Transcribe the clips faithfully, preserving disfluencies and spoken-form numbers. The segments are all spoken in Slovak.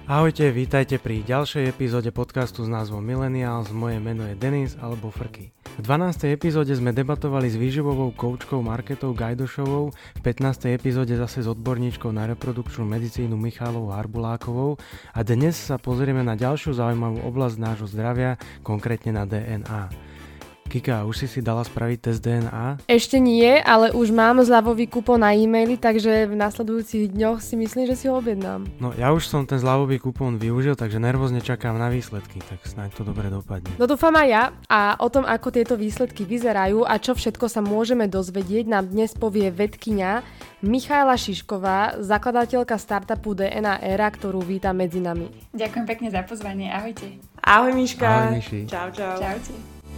Ahojte, vítajte pri ďalšej epizóde podcastu s názvom Millennials. Moje meno je Denis alebo Frky. V dvanástej epizóde sme debatovali s výživovou koučkou Marketou Gajdošovou, v pätnástej epizóde zase s odborníčkou na reprodukčnú medicínu Michalovou Harbulákovou a dnes sa pozrieme na ďalšiu zaujímavú oblasť nášho zdravia, konkrétne na dé en á. Kika, už si si dala spraviť test dé en á? Ešte nie, ale už mám zľavový kupón na e-maily, takže v nasledujúcich dňoch si myslím, že si ho objednám. No ja už som ten zľavový kupón využil, takže nervózne čakám na výsledky, tak snáď to dobre dopadne. No dúfam aj ja a o tom, ako tieto výsledky vyzerajú a čo všetko sa môžeme dozvedieť, nám dnes povie vedkyňa Michaela Šišková, zakladateľka startupu dé en á Era, ktorú vítam medzi nami. Ďakujem pekne za pozvanie, ahojte. Ahoj Miška. Ahoj Miši. Čau, čau. Čaute.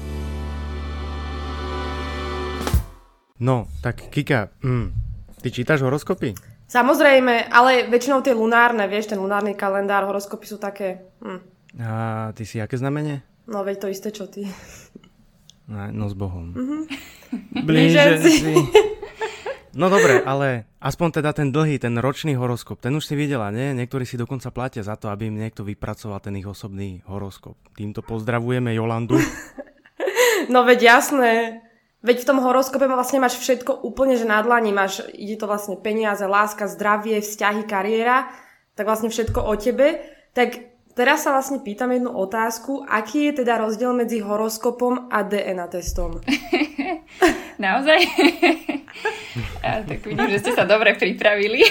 No, tak Kika, mm, ty čítaš horoskopy? Samozrejme, ale väčšinou tie lunárne, vieš, ten lunárny kalendár, horoskopy sú také... Hm. A ty si aké znamenie? No veď to isté, čo ty. No, no s Bohom. Mm-hmm. Blíženci. No dobre, ale aspoň teda ten dlhý, ten ročný horoskop, ten už si videla, nie? Niektorí si dokonca platia za to, aby im niekto vypracoval ten ich osobný horoskop. Týmto pozdravujeme Jolandu. No veď jasné. Veď v tom horoskope vlastne máš všetko úplne, že na dlani máš, ide to vlastne peniaze, láska, zdravie, vzťahy, kariéra, tak vlastne všetko o tebe. Tak teraz sa vlastne pýtam jednu otázku, aký je teda rozdiel medzi horoskopom a dé en á testom? Naozaj? A, tak vidím, že ste sa dobre pripravili.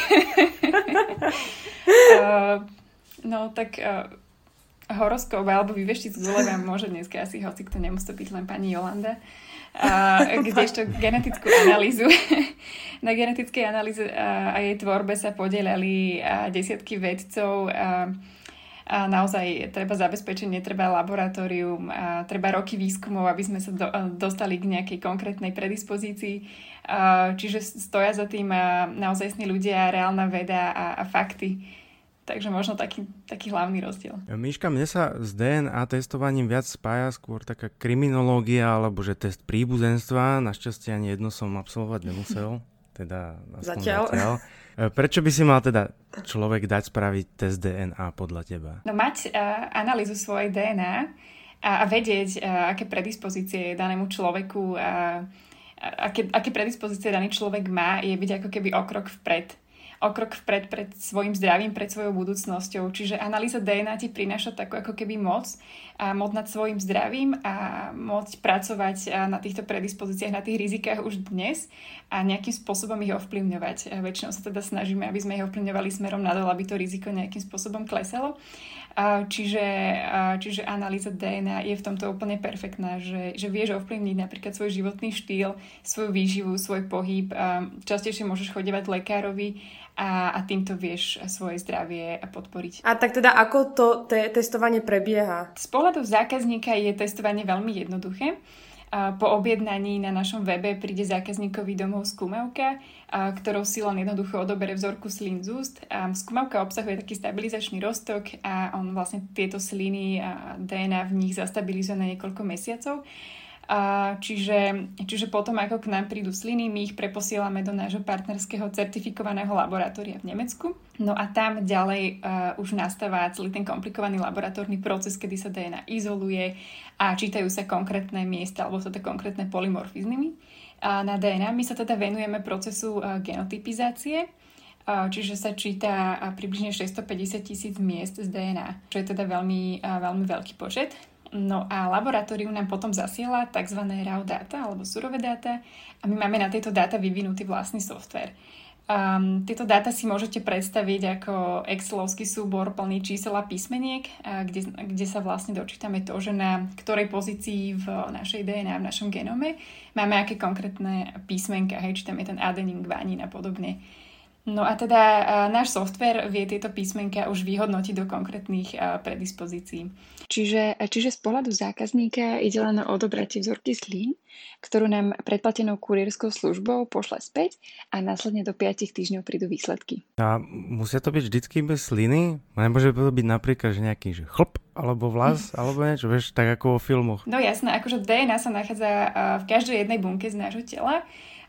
uh, no tak uh, horoskop alebo vyveštiť z gule vám môže dneska asi hoci kto, nemusí to byť len pani Jolanda. Uh, kdežto genetickú analýzu na genetickej analýze uh, a jej tvorbe sa podieľali uh, desiatky vedcov uh, a naozaj treba zabezpečenie, treba laboratórium, uh, treba roky výskumov, aby sme sa do, uh, dostali k nejakej konkrétnej predispozícii, uh, čiže stoja za tým uh, naozajstní ľudia, reálna veda a, a fakty. Takže možno taký, taký hlavný rozdiel. Miška, mne sa s dé en á testovaním viac spája skôr taká kriminológia, alebo že test príbuzenstva. Našťastie ani jedno som absolvovať nemusel. Teda zatiaľ. zatiaľ. Prečo by si mal teda človek dať spraviť test dé en á podľa teba? No mať uh, analýzu svojej dé en á a, a vedieť, uh, aké predispozície danému človeku, uh, aké, aké predispozície daný človek má, je byť ako keby o krok vpred. o krok vpred pred svojim zdravím, pred svojou budúcnosťou. Čiže analýza dé en á ti prináša takú ako keby moc, a moc nad svojim zdravím a môcť pracovať na týchto predispozíciách, na tých rizikách už dnes a nejakým spôsobom ich ovplyvňovať. A väčšinou sa teda snažíme, aby sme ich ovplyvňovali smerom nadol, aby to riziko nejakým spôsobom klesalo. Čiže, čiže analýza dé en á je v tomto úplne perfektná, že, že vieš ovplyvniť napríklad svoj životný štýl, svoju výživu, svoj pohyb. Častejšie môžeš chodívať lekárovi a, a týmto vieš svoje zdravie podporiť. A tak teda ako to te- testovanie prebieha? Z pohľadu zákazníka je testovanie veľmi jednoduché. Po objednaní na našom webe príde zákazníkovi domov skúmavka, ktorou si len jednoducho odobere vzorku slín z úst. Skúmavka obsahuje taký stabilizačný roztok a on vlastne tieto sliny a dé en á v nich zastabilizuje na niekoľko mesiacov. Čiže, čiže potom, ako k nám prídu sliny, my ich preposielame do nášho partnerského certifikovaného laboratória v Nemecku. No a tam ďalej uh, už nastáva celý ten komplikovaný laboratórny proces, kedy sa dé en á izoluje a čítajú sa konkrétne miesta alebo sa to konkrétne polymorfizmy uh, na dé en á. My sa teda venujeme procesu uh, genotypizácie, uh, čiže sa číta uh, približne šesťstopäťdesiat tisíc miest z dé en á, čo je teda veľmi, uh, veľmi veľký počet. No a laboratórium nám potom zasiela tzv. raw data alebo surové dáta a my máme na tieto dáta vyvinutý vlastný software. Um, tieto dáta si môžete predstaviť ako excelovský súbor plný čísel a písmeniek, a kde, kde sa vlastne dočítame to, že na ktorej pozícii v našej dé en á, v našom genome máme aké konkrétne písmenka, hej, či tam je ten adenín, gvánin a podobne. No a teda uh, náš software vie tieto písmenka už vyhodnotiť do konkrétnych uh, predispozícií. Čiže, čiže z pohľadu zákazníka ide len o odobratie vzorky slín, ktorú nám predplatenou kurierskou službou pošle späť a následne do päť týždňov prídu výsledky. A musia to byť vždycky bez sliny? Nemôže to byť napríklad že nejaký že chlp alebo vlas alebo niečo, vieš, tak ako vo filmoch? No jasné, akože dé en á sa nachádza uh, v každej jednej bunke z nášho tela.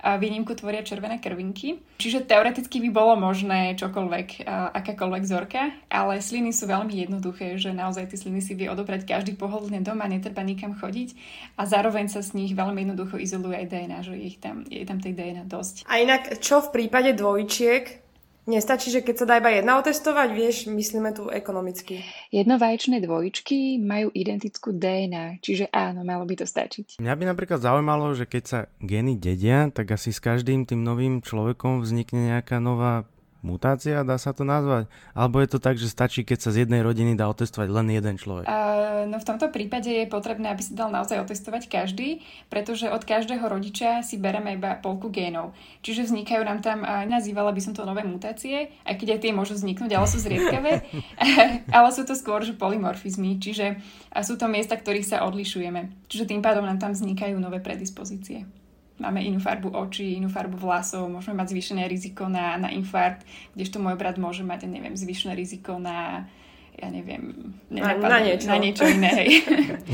výnimku tvoria červené krvinky. Čiže teoreticky by bolo možné čokoľvek, akákoľvek vzorka, ale sliny sú veľmi jednoduché, že naozaj tie sliny si vie odobrať každý pohodlne doma, netreba nikam chodiť a zároveň sa z nich veľmi jednoducho izoluje aj dé en á, že je, ich tam, je tam tej dé en á dosť. A inak, čo v prípade dvojčiek? Nestačí, že keď sa dá iba jedna otestovať, vieš, myslíme tu ekonomicky. Jednovaječné dvojičky majú identickú dé en á, čiže áno, malo by to stačiť. Mňa by napríklad zaujímalo, že keď sa gény dedia, tak asi s každým tým novým človekom vznikne nejaká nová mutácia, dá sa to nazvať? Alebo je to tak, že stačí, keď sa z jednej rodiny dá otestovať len jeden človek? Uh, no v tomto prípade je potrebné, aby sa dal naozaj otestovať každý, pretože od každého rodiča si bereme iba polku génov. Čiže vznikajú nám tam, uh, nazývala by som to nové mutácie, aj keď aj tie môžu vzniknúť, ale sú zriedkavé, ale sú to skôr že polymorfizmy, čiže uh, sú to miesta, ktorých sa odlišujeme. Čiže tým pádom nám tam vznikajú nové predispozície. Máme inú farbu očí, inú farbu vlasov, môžeme mať zvýšené riziko na, na infarkt, kdežto môj brat môže mať, ja neviem, zvýšené riziko na, ja neviem, na, na niečo. Na niečo iné.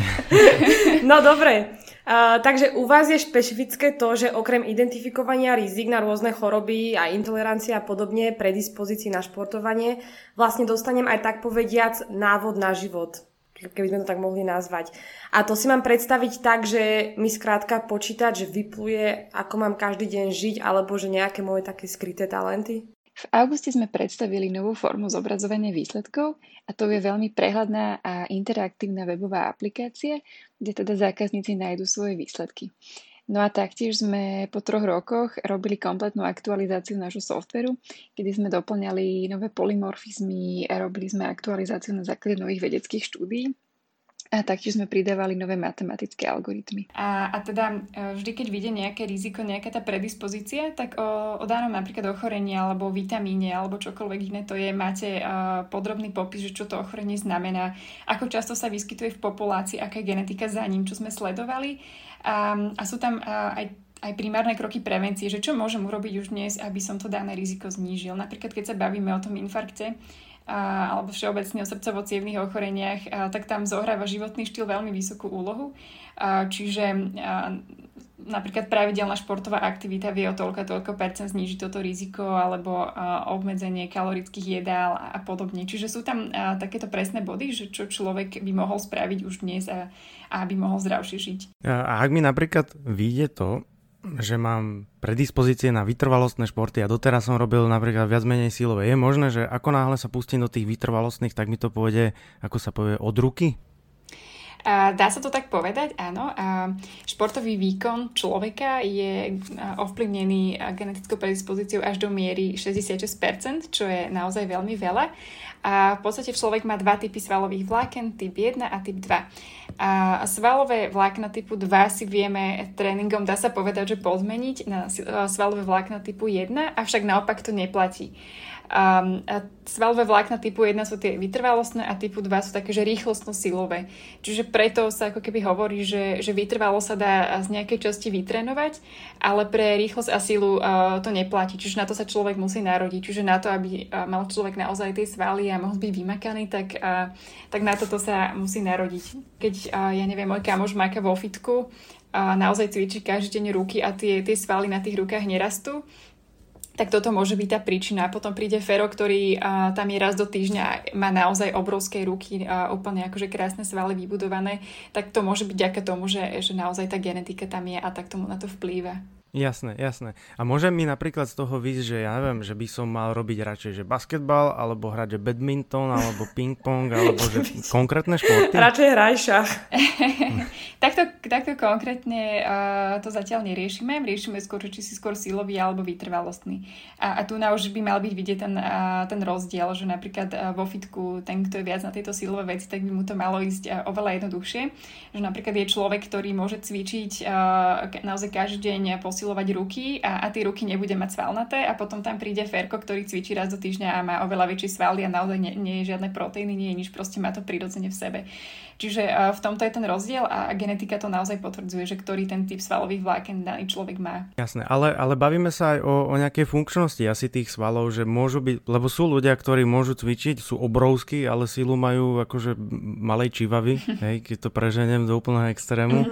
No dobre, uh, takže u vás je špecifické to, že okrem identifikovania rizik na rôzne choroby a intolerancia a podobne, predispozícií na športovanie, vlastne dostanem aj tak povediac návod na život, keby sme to tak mohli nazvať. A to si mám predstaviť tak, že mi skrátka počítať, že vypluje, ako mám každý deň žiť, alebo že nejaké moje také skryté talenty? V auguste sme predstavili novú formu zobrazovania výsledkov a to je veľmi prehľadná a interaktívna webová aplikácia, kde teda zákazníci nájdu svoje výsledky. No a taktiež sme po troch rokoch robili kompletnú aktualizáciu nášho softveru, kedy sme doplňali nové polymorfizmy a robili sme aktualizáciu na základe nových vedeckých štúdií. A taktiež sme pridávali nové matematické algoritmy. A, a teda vždy, keď vidie nejaké riziko, nejaká tá predispozícia, tak o, o danom napríklad ochorení alebo vitamíne alebo čokoľvek iné to je, máte uh, podrobný popis, že čo to ochorenie znamená, ako často sa vyskytuje v populácii, aká je genetika za ním, čo sme sledovali. Um, a sú tam uh, aj aj primárne kroky prevencie, že čo môžem urobiť už dnes, aby som to dané riziko znížil. Napríklad, keď sa bavíme o tom infarkte, a, alebo všeobecne o srdcovo-cievnych ochoreniach, a, tak tam zohráva životný štýl veľmi vysokú úlohu. A, čiže a, napríklad pravidelná športová aktivita vie o toľko a toľko percent znížiť toto riziko, alebo a, obmedzenie kalorických jedál a, a podobne. Čiže sú tam a, takéto presné body, že čo človek by mohol spraviť už dnes a, a aby mohol zdravšie žiť. A ak mi napríklad vyjde to, že mám predispozície na vytrvalostné športy a doteraz som robil napríklad viac menej silové. Je možné, že ako náhle sa pustím do tých vytrvalostných, tak mi to pôjde, ako sa povie, od ruky? Dá sa to tak povedať, áno. Športový výkon človeka je ovplyvnený genetickou predispozíciou až do miery šesťdesiatšesť percent, čo je naozaj veľmi veľa. A v podstate človek má dva typy svalových vláken, typ jeden a typ dva. A svalové vlákna typu dva si vieme tréningom, dá sa povedať, že pozmeniť na svalové vlákna typu jeden, avšak naopak to neplatí. Um, a svalové vlákna typu jeden sú tie vytrvalostné a typu dva sú také, že rýchlostno-silové. Čiže preto sa ako keby hovorí, že, že vytrvalo sa dá z nejakej časti vytrénovať, ale pre rýchlosť a silu uh, to neplatí. Čiže na to sa človek musí narodiť. Čiže na to, aby uh, mal človek naozaj tie svaly a mohol byť vymakaný, tak, uh, tak na toto sa musí narodiť. Keď, uh, ja neviem, môj kamoš máka vo fitku a naozaj cvičí každý deň ruky a tie, tie svaly na tých rukách nerastú, tak toto môže byť tá príčina. A potom príde Fero, ktorý a, tam je raz do týždňa a má naozaj obrovské ruky a úplne akože krásne svaly vybudované, tak to môže byť vďaka tomu, že, že naozaj tá genetika tam je a tak tomu na to vplýva. Jasné, jasné. A môže mi napríklad z toho výsť, že ja neviem, že by som mal robiť radšej, že basketbal, alebo hrať, že badminton, alebo ping-pong, alebo že konkrétne športy? Radšej hraj šach. takto, takto konkrétne uh, to zatiaľ neriešime. Riešime skôr, či si skôr silový alebo vytrvalostný. A, a tu na už by mal byť vidieť ten, uh, ten rozdiel, že napríklad uh, vo fitku, ten, kto je viac na tejto silové veci, tak by mu to malo ísť uh, oveľa jednoduchšie. Že napríklad je človek, ktorý môže cvičiť uh, naozaj každý deň posilovať ruky a, a tie ruky nebude mať svalnaté a potom tam príde Ferko, ktorý cvičí raz do týždňa a má oveľa väčšie svaly a naozaj nie, nie je žiadne proteíny, nie je nič, proste má to prirodzene v sebe. Čiže uh, v tomto je ten rozdiel a genetika to naozaj potvrdzuje, že ktorý ten typ svalových vláken daný človek má. Jasné, ale, ale bavíme sa aj o, o nejakej funkčnosti asi tých svalov, že môžu byť, lebo sú ľudia, ktorí môžu cvičiť, sú obrovskí, ale silu majú akože malej čivavy, hej, keď to preženiem do úplného extrému.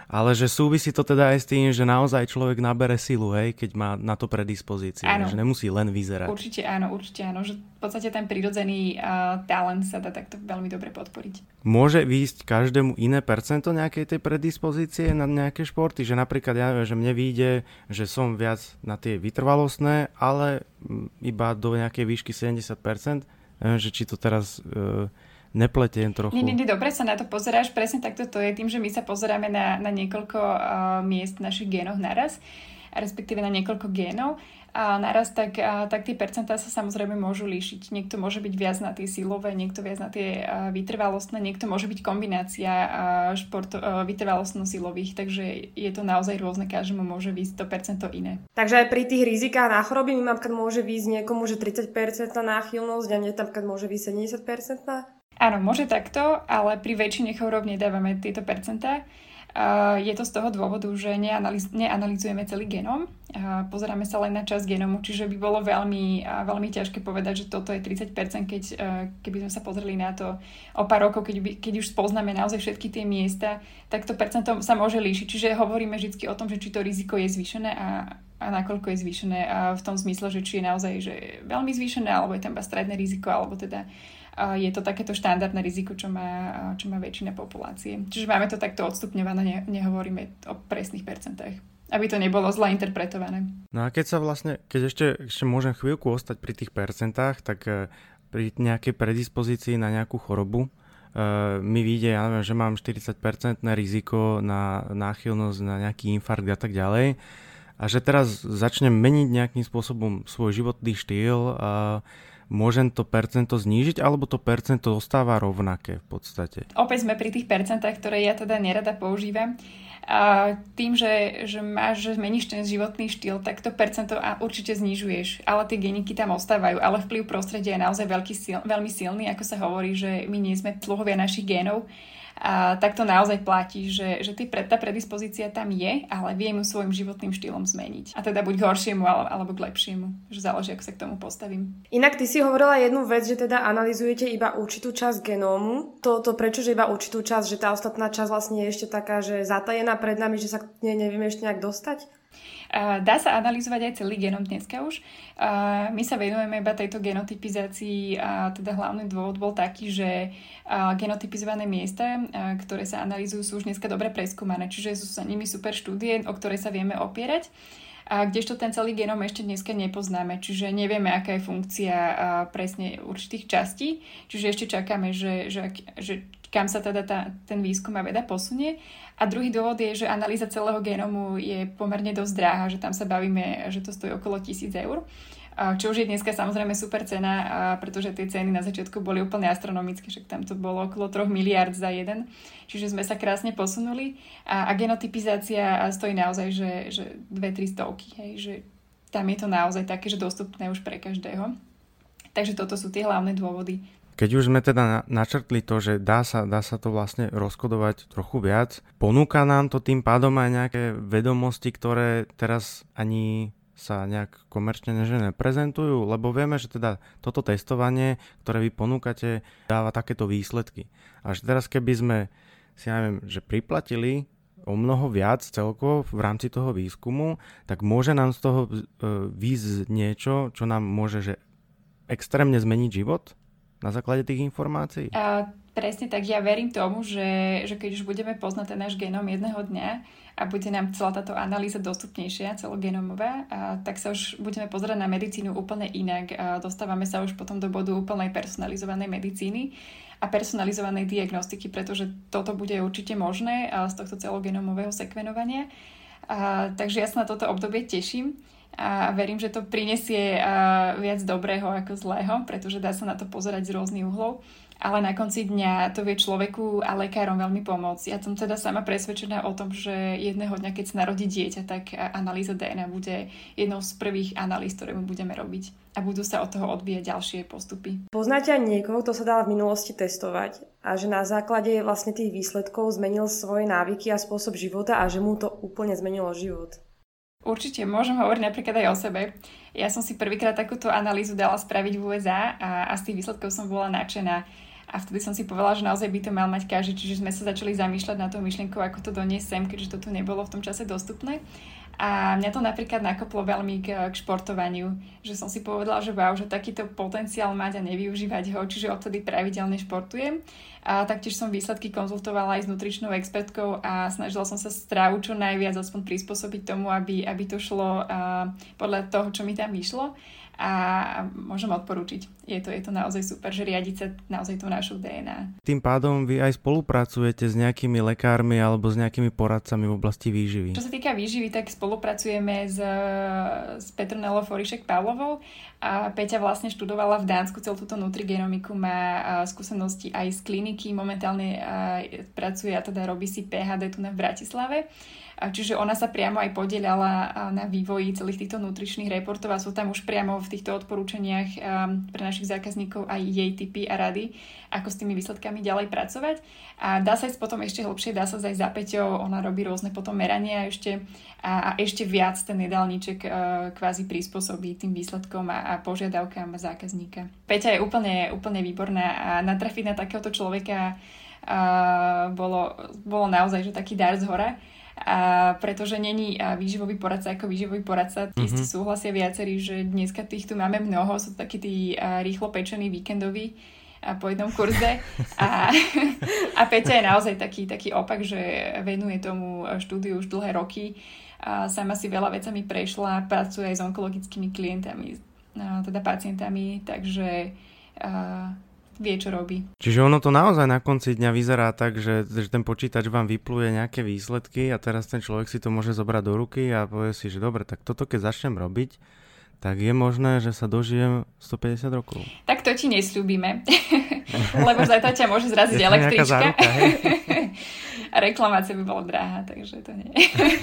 Ale že súvisí to teda aj s tým, že naozaj človek nabere silu, hej, keď má na to predispozície, že nemusí len vyzerať. Určite áno, určite áno, že v podstate ten prirodzený uh, talent sa dá takto veľmi dobre podporiť. Môže výjsť každému iné percento nejakej tej predispozície na nejaké športy, že napríklad ja neviem, že mne vyjde, že som viac na tie vytrvalostné, ale iba do nejakej výšky sedemdesiat percent, neviem, že či to teraz... Uh, nepletiem trochu. Nie, nie, nie, dobre sa na to pozeráš, presne takto to je tým, že my sa pozeráme na, na niekoľko uh, miest v našich génoch naraz, respektíve na niekoľko génov a naraz, tak, uh, tak tie percentá sa samozrejme môžu líšiť. Niekto môže byť viac na tie silové, niekto viac na tie uh, vytrvalostné, niekto môže byť kombinácia uh, šport, uh, vytrvalostno-silových, takže je to naozaj rôzne, každému môže výjsť to percento iné. Takže aj pri tých rizikách na choroby mi napríklad môže výjsť niekomu, že tridsať percent náchylnosť a mne napríklad môže výjsť sedemdesiat percent? Áno, môže takto, ale pri väčšine chorôb nedávame tieto percentá. Uh, je to z toho dôvodu, že neanaliz- neanalizujeme celý genom, uh, pozeráme sa len na časť genomu, čiže by bolo veľmi, uh, veľmi ťažké povedať, že toto je tridsať percent, keď, uh, keby sme sa pozreli na to o pár rokov, keď, by, keď už spoznáme naozaj všetky tie miesta, tak to percento sa môže líšiť. Čiže hovoríme vždy o tom, že či to riziko je zvýšené a, a nakoľko je zvýšené a v tom zmysle, že či je naozaj že veľmi zvýšené, alebo je tam iba stredné riziko, alebo teda je to takéto štandardné riziko, čo má, čo má väčšina populácie. Čiže máme to takto odstupňované, ne, nehovoríme o presných percentách, aby to nebolo zle interpretované. No a keď sa vlastne, keď ešte, ešte môžem chvíľku ostať pri tých percentách, tak pri nejakej predispozícii na nejakú chorobu uh, mi vyjde, ja neviem, že mám štyridsať percent riziko na náchylnosť na nejaký infarkt a tak ďalej. A že teraz začnem meniť nejakým spôsobom svoj životný štýl a môžem to percento znížiť, alebo to percento ostáva rovnaké v podstate? Opäť sme pri tých percentách, ktoré ja teda nerada používam. A tým, že, že máš, že meníš ten životný štýl, tak to percento určite znižuješ, ale tie geniky tam ostávajú. Ale vplyv prostredia je naozaj veľký, sil, veľmi silný, ako sa hovorí, že my nie sme sluhovia našich génov. A tak to naozaj platí, že, že tá predispozícia tam je, ale vie mu svojim životným štýlom zmeniť. A teda buď k horšiemu, alebo k lepšiemu. Že záleží, ako sa k tomu postavím. Inak ty si hovorila jednu vec, že teda analyzujete iba určitú časť genómu. To, to prečo, že iba určitú časť, že tá ostatná časť vlastne je ešte taká, že zatajená pred nami, že sa k nej nevieme ešte nejak dostať? Dá sa analyzovať aj celý genom dneska už. My sa venujeme iba tejto genotypizácii a teda hlavný dôvod bol taký, že genotypizované miesta, ktoré sa analyzujú, sú už dneska dobre preskúmané, čiže sú sa nimi super štúdie, o ktoré sa vieme opierať. A kdežto ten celý genom ešte dneska nepoznáme, čiže nevieme, aká je funkcia presne určitých častí, čiže ešte čakáme, že, že, že kam sa teda tá, ten výskum a veda posunie. A druhý dôvod je, že analýza celého genómu je pomerne dosť dráha, že tam sa bavíme, že to stojí okolo tisíc eur. Čo už je dneska samozrejme super cena, pretože tie ceny na začiatku boli úplne astronomické, však tam to bolo okolo troch miliárd za jeden. Čiže sme sa krásne posunuli a, a genotypizácia stojí naozaj, že, že dve tri stovky, hej, že tam je to naozaj také, že dostupné už pre každého. Takže toto sú tie hlavné dôvody. Keď už sme teda načrtli to, že dá sa, dá sa to vlastne rozkodovať trochu viac, ponúka nám to tým pádom aj nejaké vedomosti, ktoré teraz ani sa nejak komerčne neže neprezentujú, lebo vieme, že teda toto testovanie, ktoré vy ponúkate, dáva takéto výsledky. Až teraz, keby sme si neviem, že priplatili o mnoho viac celkovo v rámci toho výskumu, tak môže nám z toho výjsť niečo, čo nám môže že extrémne zmeniť život na základe tých informácií? A presne tak, ja verím tomu, že, že keď už budeme poznať ten náš genóm jedného dňa a bude nám celá táto analýza dostupnejšia, celogenomová, a tak sa už budeme pozerať na medicínu úplne inak a dostávame sa už potom do bodu úplnej personalizovanej medicíny a personalizovanej diagnostiky, pretože toto bude určite možné z tohto celogenomového sekvenovania. A, takže ja sa na toto obdobie teším a verím, že to prinesie viac dobrého ako zlého, pretože dá sa na to pozerať z rôznych uhlov. Ale na konci dňa to vie človeku a lekárom veľmi pomôcť. Ja som teda sama presvedčená o tom, že jedného dňa, keď sa narodí dieťa, tak analýza dé en á bude jednou z prvých analýz, ktoré my budeme robiť. A budú sa od toho odvíjať ďalšie postupy. Poznáte aj niekoho, kto sa dal v minulosti testovať a že na základe vlastne tých výsledkov zmenil svoje návyky a spôsob života a že mu to úplne zmenilo život? Určite, môžem hovoriť napríklad aj o sebe. Ja som si prvýkrát takúto analýzu dala spraviť v ú es á a, a z tých výsledkov som bola nadšená. A vtedy som si povedala, že naozaj by to mal mať každý, čiže sme sa začali zamýšľať na tou myšlienkou, ako to doniesť sem, keďže to tu nebolo v tom čase dostupné. A mňa to napríklad nakoplo veľmi k, k športovaniu, že som si povedala, že wow, že takýto potenciál mať a nevyužívať ho, čiže odtedy pravidelne športujem. A taktiež som výsledky konzultovala aj s nutričnou expertkou a snažila som sa stravu čo najviac aspoň prispôsobiť tomu, aby, aby to šlo uh, podľa toho, čo mi tam vyšlo. A môžem odporúčiť. Je to, je to naozaj super, že riadiť sa naozaj tou našou dé en á. Tým pádom vy aj spolupracujete s nejakými lekármi alebo s nejakými poradcami v oblasti výživy? Čo sa týka výživy, tak spolupracujeme s, s Petronelou Forišek-Pavlovou. A Peťa vlastne študovala v Dánsku celú túto nutrigenomiku, má skúsenosti aj z kliniky, momentálne pracuje a teda robí si pé há dé tu na v Bratislave. Čiže ona sa priamo aj podieľala na vývoji celých týchto nutričných reportov a sú tam už priamo v týchto odporúčaniach pre našich zákazníkov aj jej tipy a rady, ako s tými výsledkami ďalej pracovať. A dá sa ísť potom ešte hlbšie, dá sa ísť za Peťou, ona robí rôzne potom merania ešte a, a ešte viac ten jedálniček kvázi prispôsobí tým výsledkom a, a požiadavkám zákazníka. Peťa je úplne, úplne výborná a natrafiť na takéhoto človeka a, bolo, bolo naozaj že taký dar z hora. A pretože není výživový poradca ako výživový poradca, mm-hmm. Isté súhlasia viacerí, že dneska tých tu máme mnoho, sú takí tí rýchlo pečení víkendoví a po jednom kurze a, a Peťa je naozaj taký, taký opak, že venuje tomu štúdiu už dlhé roky a sama si veľa vecami prešla, pracuje aj s onkologickými klientami, teda pacientami, takže a, vie, čo robí. Čiže ono to naozaj na konci dňa vyzerá tak, že, že ten počítač vám vypluje nejaké výsledky a teraz ten človek si to môže zobrať do ruky a povie si, že dobre, tak toto keď začnem robiť, tak je možné, že sa dožijem stopäťdesiat rokov. Tak to ti nesľúbime, lebo zajtra ťa môže zraziť električka. A reklamácia by bola drahá, takže to nie.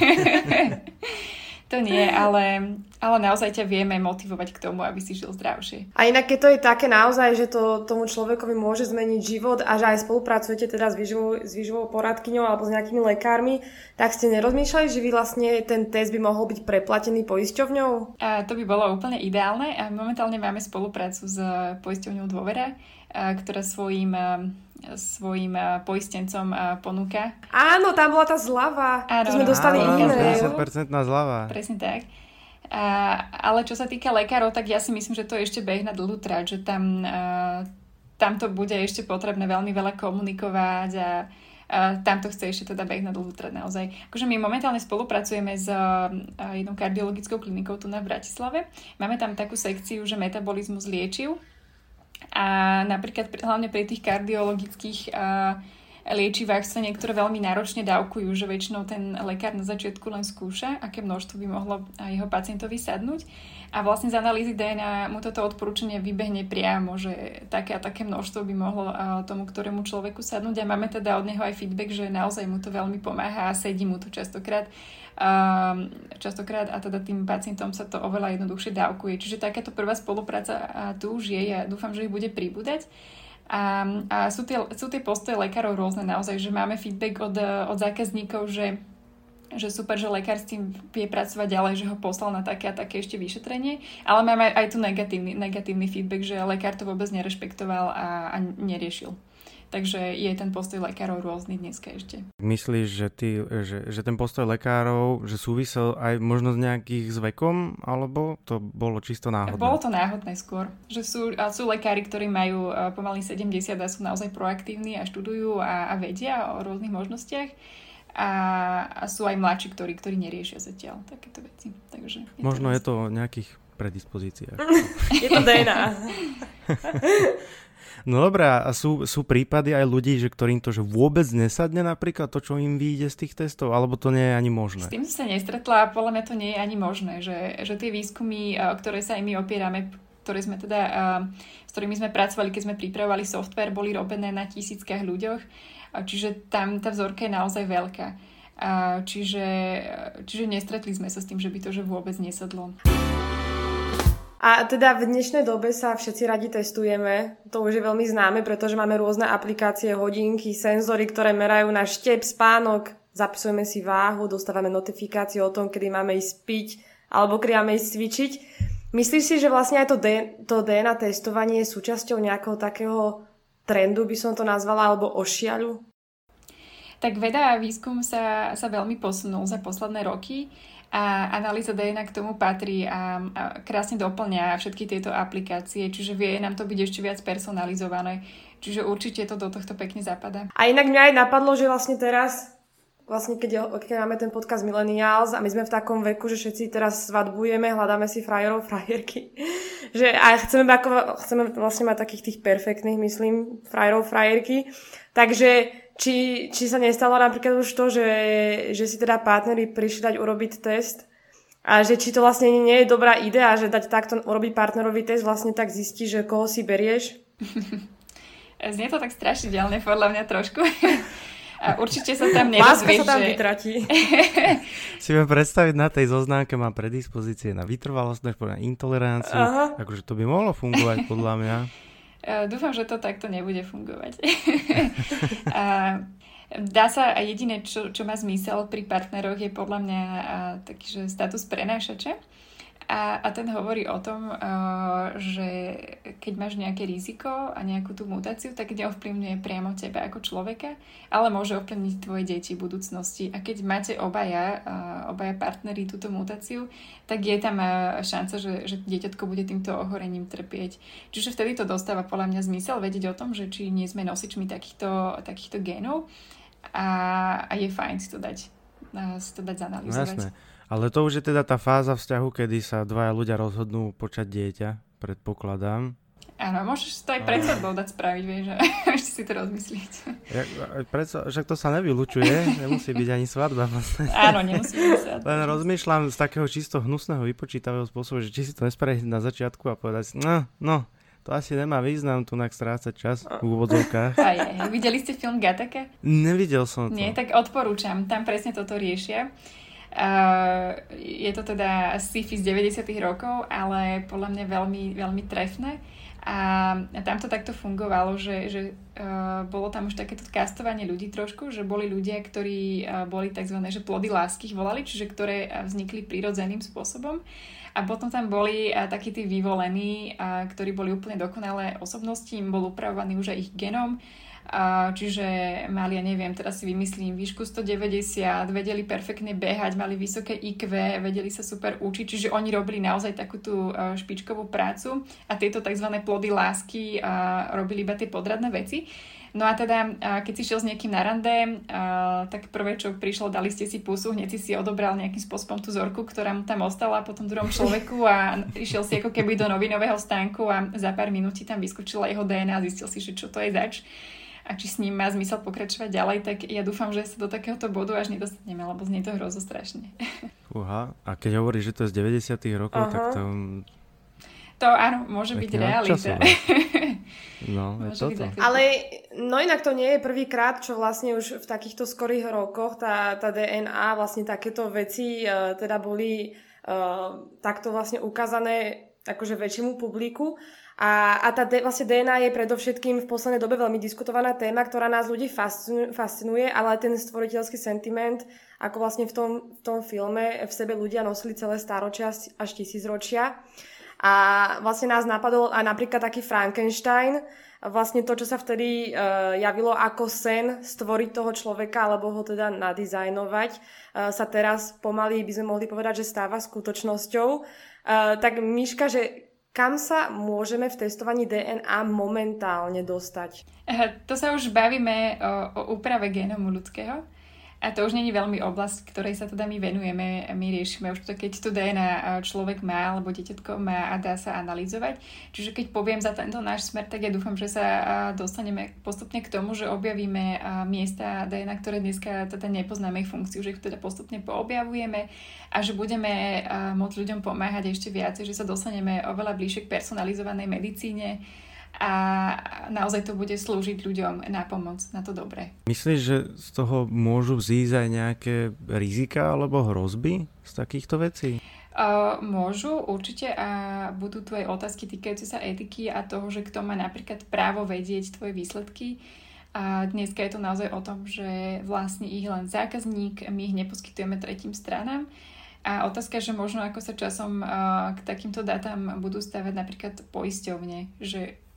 To nie, ale, ale naozaj ťa vieme motivovať k tomu, aby si žil zdravšie. A inak keď to je také naozaj, že to tomu človekovi môže zmeniť život a že aj spolupracujete teda s výživou, s výživou poradkyňou alebo s nejakými lekármi, tak ste nerozmýšľali, že vy vlastne ten test by mohol byť preplatený poisťovňou? A to by bolo úplne ideálne a momentálne máme spoluprácu s poisťovňou Dôvera, ktorá svojím svojim poistencom ponúka. Áno, tam bola tá zľava. Áno, to sme dostali e-mail. päťdesiat percent zľava. Presne tak. A, ale čo sa týka lekárov, tak ja si myslím, že to je ešte beh na dlhú trať, že tam, a, tam to bude ešte potrebné veľmi veľa komunikovať a, a tam to chce ešte teda beh na dlhú trať naozaj. Akože my momentálne spolupracujeme s a, jednou kardiologickou klinikou tu na v Bratislave. Máme tam takú sekciu, že metabolizmus liečiv. A napríklad hlavne pri tých kardiologických uh, liečivách sa niektoré veľmi náročne dávkujú, že väčšinou ten lekár na začiatku len skúša, aké množstvo by mohlo jeho pacientovi sadnúť a vlastne z analýzy dé en á mu toto odporúčanie vybehne priamo, že také a také množstvo by mohlo uh, tomu, ktorému človeku sadnúť a máme teda od neho aj feedback, že naozaj mu to veľmi pomáha a sedí mu to častokrát. Um, častokrát a teda tým pacientom sa to oveľa jednoduchšie dávkuje. Čiže takáto prvá spolupráca a tu už je, ja dúfam, že ich bude pribúdať. A, a sú, tie, sú tie postoje lekárov rôzne naozaj, že máme feedback od, od zákazníkov, že, že super, že lekár s tým vie pracovať ďalej, že ho poslal na také a také ešte vyšetrenie, ale máme aj tu negatívny, negatívny feedback, že lekár to vôbec nerešpektoval a, a neriešil. Takže je ten postoj lekárov rôzny dneska ešte. Myslíš, že, ty, že, že ten postoj lekárov, že súvisel aj možno s nejakých s vekom, alebo to bolo čisto náhodné? Bolo to náhodné skôr. Že sú, sú lekári, ktorí majú pomaly sedemdesiat a sú naozaj proaktívni a študujú a, a vedia o rôznych možnostiach. A, a sú aj mladší, ktorí, ktorí neriešia zatiaľ takéto veci. Takže je možno to je to o nejakých predispozíciách. Je to dé en á. No dobré, a sú, sú prípady aj ľudí, že ktorým to že vôbec nesadne napríklad to, čo im vyjde z tých testov, alebo to nie je ani možné? S tým som sa nestretla a podľa mňa to nie je ani možné, že, že tie výskumy, o ktoré sa aj my opierame, ktoré sme teda, s ktorými sme pracovali, keď sme pripravovali software, boli robené na tisíckach ľuďoch, čiže tam tá vzorka je naozaj veľká. Čiže, čiže nestretli sme sa s tým, že by to že vôbec nesadlo. A teda v dnešnej dobe sa všetci radi testujeme, to už je veľmi známe, pretože máme rôzne aplikácie, hodinky, senzory, ktoré merajú náš štep, spánok, zapisujeme si váhu, dostávame notifikáciu o tom, kedy máme ísť piť alebo kedy máme ísť cvičiť. Myslíš si, že vlastne aj to, D- to dé en á testovanie je súčasťou nejakého takého trendu, by som to nazvala, alebo ošiaľu? Tak veda a výskum sa, sa veľmi posunul za posledné roky a analýza dé en á k tomu patrí a, a krásne doplňa všetky tieto aplikácie, čiže vie nám to byť ešte viac personalizované. Čiže určite to do tohto pekne zapadá. A inak mňa aj napadlo, že vlastne teraz, vlastne keď, je, keď máme ten podcast Millennials a my sme v takom veku, že všetci teraz svadbujeme, hľadáme si frajerov, frajerky, že a chceme, ako, chceme vlastne mať takých tých perfektných, myslím, frajerov, frajerky, takže Či, či sa nestalo napríklad už to, že, že si teda partneri prišli dať urobiť test a že či to vlastne nie je dobrá idea, že dať takto urobiť partnerový test, vlastne tak zistí, že koho si berieš? Znie to tak strašidelne, podľa mňa trošku. A určite sa tam nedozvieš, Láska sa tam že... vytratí. Si viem predstaviť, na tej zoznamke má predispozície na vytrvalosť, na intoleranciu, Aha. akože to by mohlo fungovať podľa mňa. Uh, dúfam, že to takto nebude fungovať. uh, dá sa, a jediné, čo, čo má zmysel pri partneroch, je podľa mňa uh, taký, že status prenášača. A, a ten hovorí o tom, uh, že keď máš nejaké riziko a nejakú tú mutáciu, tak neovplyvňuje priamo teba ako človeka, ale môže ovplyvniť tvoje deti v budúcnosti. A keď máte obaja, uh, obaja partneri túto mutáciu, tak je tam uh, šanca, že, že dieťatko bude týmto ohorením trpieť. Čiže vtedy to dostáva podľa mňa zmysel vedieť o tom, že či nie sme nosičmi takýchto, takýchto génov a, a je fajn si to dať, uh, si to dať zanalýzovať. No, jasné. Ale to už je teda tá fáza vzťahu, kedy sa dvaja ľudia rozhodnú počať dieťa, predpokladám. Áno, môžeš to aj pred sebou dať spraviť, vieš, že ešte si to rozmyslieť. Ja, predsa, však to sa nevylučuje, nemusí byť ani svadba. Áno, nemusí byť svadba. Len rozmýšľam z takého čisto hnusného, vypočítavého spôsobu, že či si to nespraviť na začiatku a povedať si, no, no, to asi nemá význam tu strácať čas v úvodzovkách. Aj, aj. Videli ste film Gattaca? Nevidel som to. Nie, tak odporúčam, tam presne toto riešia. Uh, je to teda sci-fi z deväťdesiatych rokov, ale podľa mňa veľmi, veľmi trefné. A tam to takto fungovalo, že, že uh, bolo tam už takéto kastovanie ľudí trošku, že boli ľudia, ktorí uh, boli tzv. Že plody lásky ich volali, čiže ktoré uh, vznikli prirodzeným spôsobom. A potom tam boli uh, takí tí vyvolení, uh, ktorí boli úplne dokonalé osobnosti, im bol upravovaný už aj ich genom. Uh, čiže mali, ja neviem, teraz si vymyslím, výšku sto deväťdesiat, vedeli perfektne behať, mali vysoké í kvé, vedeli sa super učiť, čiže oni robili naozaj takú tú uh, špičkovú prácu a tieto tzv. Plody lásky uh, robili iba tie podradné veci. No a teda, uh, keď si šiel s niekým na rande, uh, tak prvé, čo prišlo, dali ste si pusu, hneď si si odobral nejakým spôsobom tú vzorku, ktorá mu tam ostala po tom druhom človeku a išiel si ako keby do novinového stánku a za pár minút ti tam vyskočila jeho dé en á a zistil si, že čo to je zač. A či s ním má zmysel pokračovať ďalej, tak ja dúfam, že sa do takéhoto bodu až nedostaneme, lebo znie to hrozo strašne. Uha, a keď hovoríš, že to je z deväťdesiatych rokov, Aha. tak to... To áno, môže byť realita. No, je toto. Ale no inak to nie je prvýkrát, čo vlastne už v takýchto skorých rokoch tá, tá dé en á, vlastne takéto veci uh, teda boli uh, takto vlastne ukázané akože väčšiemu publiku. A, a tá de, vlastne dé en á je predovšetkým v poslednej dobe veľmi diskutovaná téma, ktorá nás ľudí fascinuje, fascinuje, ale ten stvoriteľský sentiment, ako vlastne v tom, v tom filme v sebe ľudia nosili celé stáročia až tisícročia. A vlastne nás napadol aj napríklad taký Frankenstein, vlastne to, čo sa vtedy uh, javilo ako sen stvoriť toho človeka, alebo ho teda nadizajnovať, uh, sa teraz pomaly, by sme mohli povedať, že stáva skutočnosťou. Uh, tak Miška, že kam sa môžeme v testovaní dé en á momentálne dostať? To sa už bavíme o, o úprave génomu ľudského. A to už nie je veľmi oblasť, ktorej sa teda my venujeme. My riešime už to, keď to dé en á človek má, alebo dieťatko má a dá sa analyzovať. Čiže keď poviem za tento náš smer, tak ja dúfam, že sa dostaneme postupne k tomu, že objavíme miesta dé en á, ktoré dneska teda nepoznáme ich funkciu, že ich teda postupne poobjavujeme a že budeme môcť ľuďom pomáhať ešte viac, že sa dostaneme oveľa bližšie k personalizovanej medicíne a naozaj to bude slúžiť ľuďom na pomoc, na to dobré. Myslíš, že z toho môžu vzísť aj nejaké rizika alebo hrozby z takýchto vecí? Uh, môžu, určite, a budú tu aj otázky týkajúce sa etiky a toho, že kto má napríklad právo vedieť tvoje výsledky. A dneska je to naozaj o tom, že vlastní ich len zákazník, my ich neposkytujeme tretím stranám. A otázka, že možno ako sa časom uh, k takýmto dátam budú stavať napríklad poisťovne, že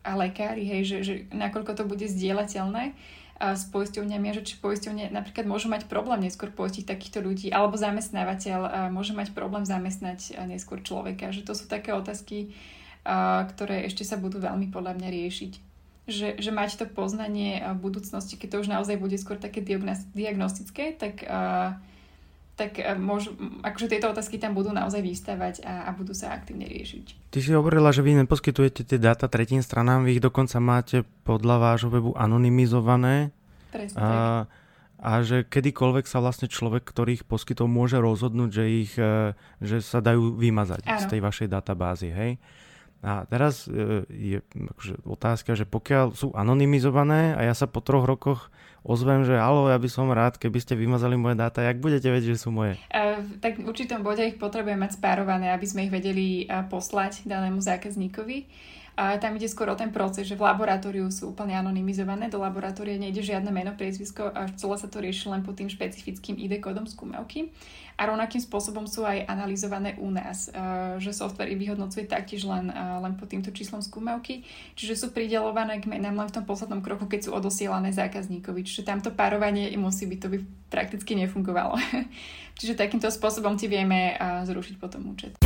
a lekári, hej, že, že nakoľko to bude zdieľateľné a s poisťovňami, že či poisťovne napríklad môžu mať problém neskôr poistiť takýchto ľudí, alebo zamestnávateľ a môže mať problém zamestnať neskôr človeka. Že to sú také otázky, a, ktoré ešte sa budú veľmi podľa mňa riešiť. Že, že mať to poznanie v budúcnosti, keď to už naozaj bude skôr také diagnostické, tak... A, tak môžu, akože tieto otázky tam budú naozaj vystávať a, a budú sa aktívne riešiť. Ty si hovorila, že vy neposkytujete tie dáta tretím stranám, vy ich dokonca máte podľa vášho webu anonymizované. Presne a, tak. A že kedykoľvek sa vlastne človek, ktorý ich poskytol, môže rozhodnúť, že, ich, že sa dajú vymazať Áno. z tej vašej databázy, hej? A teraz je akože otázka, že pokiaľ sú anonymizované a ja sa po troch rokoch ozvem, že haló, ja by som rád, keby ste vymazali moje dáta, jak budete vedieť, že sú moje? Uh, tak v určitom bode ich potrebujeme mať spárované, aby sme ich vedeli uh, poslať danému zákazníkovi. A tam ide skôr o ten proces, že v laboratóriu sú úplne anonymizované, do laboratória nejde žiadne meno, priezvisko a celé sa to rieši len pod tým špecifickým í dé kódom skúmavky. A rovnakým spôsobom sú aj analyzované u nás, že software vyhodnocuje taktiež len, len pod týmto číslom skúmavky, čiže sú prideľované k menám len v tom poslednom kroku, keď sú odosielané zákazníkovi. Čiže tamto párovanie musí byť, to by prakticky nefungovalo. Čiže takýmto spôsobom ti vieme zrušiť potom účet.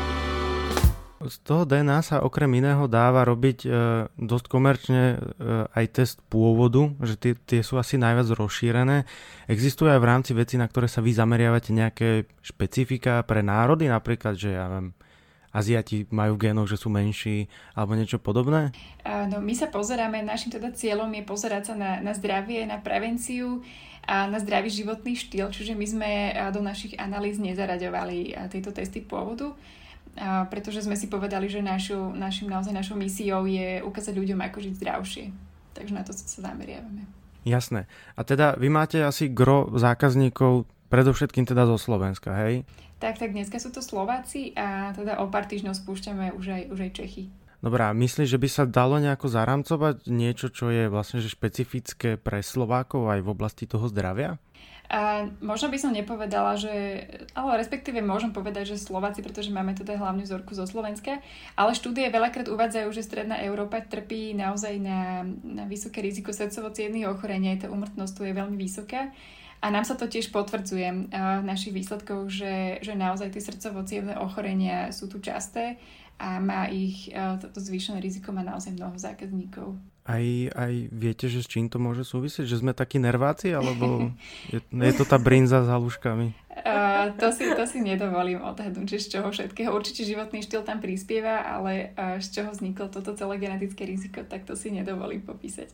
Z toho dé en á sa okrem iného dáva robiť e, dosť komerčne e, aj test pôvodu, že tie, tie sú asi najviac rozšírené. Existujú aj v rámci veci, na ktoré sa vy zameriavate, nejaké špecifika pre národy, napríklad, že ja viem, Aziati majú v génoch, že sú menší, alebo niečo podobné? No, my sa pozeráme, našim teda cieľom je pozerať sa na, na zdravie, na prevenciu a na zdravý životný štýl, čiže my sme do našich analýz nezaraďovali tieto testy pôvodu. A pretože sme si povedali, že našou, našim, naozaj našou misiou je ukázať ľuďom, ako žiť zdravšie. Takže na to sa zameriavame. Jasné. A teda vy máte asi gro zákazníkov, predovšetkým teda zo Slovenska, hej? Tak, tak dneska sú to Slováci a teda o pár týždňov spúšťame už aj, už aj Čechy. Dobrá, myslíš, že by sa dalo nejako zaramcovať niečo, čo je vlastne že špecifické pre Slovákov aj v oblasti toho zdravia? A možno by som nepovedala, že, ale respektíve môžem povedať, že Slováci, pretože máme teda hlavnú vzorku zo Slovenska, ale štúdie veľakrát uvádzajú, že stredná Európa trpí naozaj na, na vysoké riziko srdcovo-cievnych ochorení, tá úmrtnosť tu je veľmi vysoká. A nám sa to tiež potvrdzuje v našich výsledkoch, že, že naozaj tie srdcovo-cievne ochorenia sú tu časté a má ich, toto zvýšené riziko má naozaj mnoho zákazníkov. Aj, aj viete, že s čím to môže súvisieť? Že sme takí nerváci? Alebo je, je to tá brinza s haluškami? Uh, to, si, to si nedovolím odhadnúť, že z čoho všetkého. Určite životný štýl tam prispieva, ale uh, z čoho vzniklo toto celé genetické riziko, tak to si nedovolím popísať.